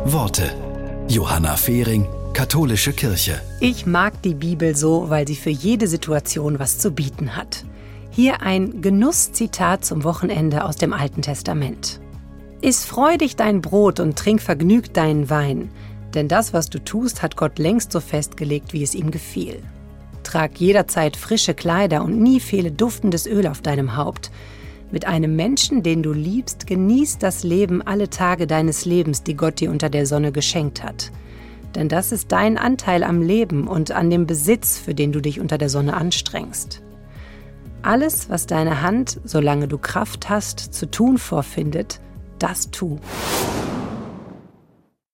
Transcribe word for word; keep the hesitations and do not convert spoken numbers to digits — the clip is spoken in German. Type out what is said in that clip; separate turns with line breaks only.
Worte. Johanna Fehring, Katholische Kirche.
Ich mag die Bibel so, weil sie für jede Situation was zu bieten hat. Hier ein Genusszitat zum Wochenende aus dem Alten Testament. Iss freudig dein Brot und trink vergnügt deinen Wein, denn das, was du tust, hat Gott längst so festgelegt, wie es ihm gefiel. Trag jederzeit frische Kleider und nie fehle duftendes Öl auf deinem Haupt. Mit einem Menschen, den du liebst, genieß das Leben alle Tage deines Lebens, die Gott dir unter der Sonne geschenkt hat. Denn das ist dein Anteil am Leben und an dem Besitz, für den du dich unter der Sonne anstrengst. Alles, was deine Hand, solange du Kraft hast, zu tun vorfindet, das tu.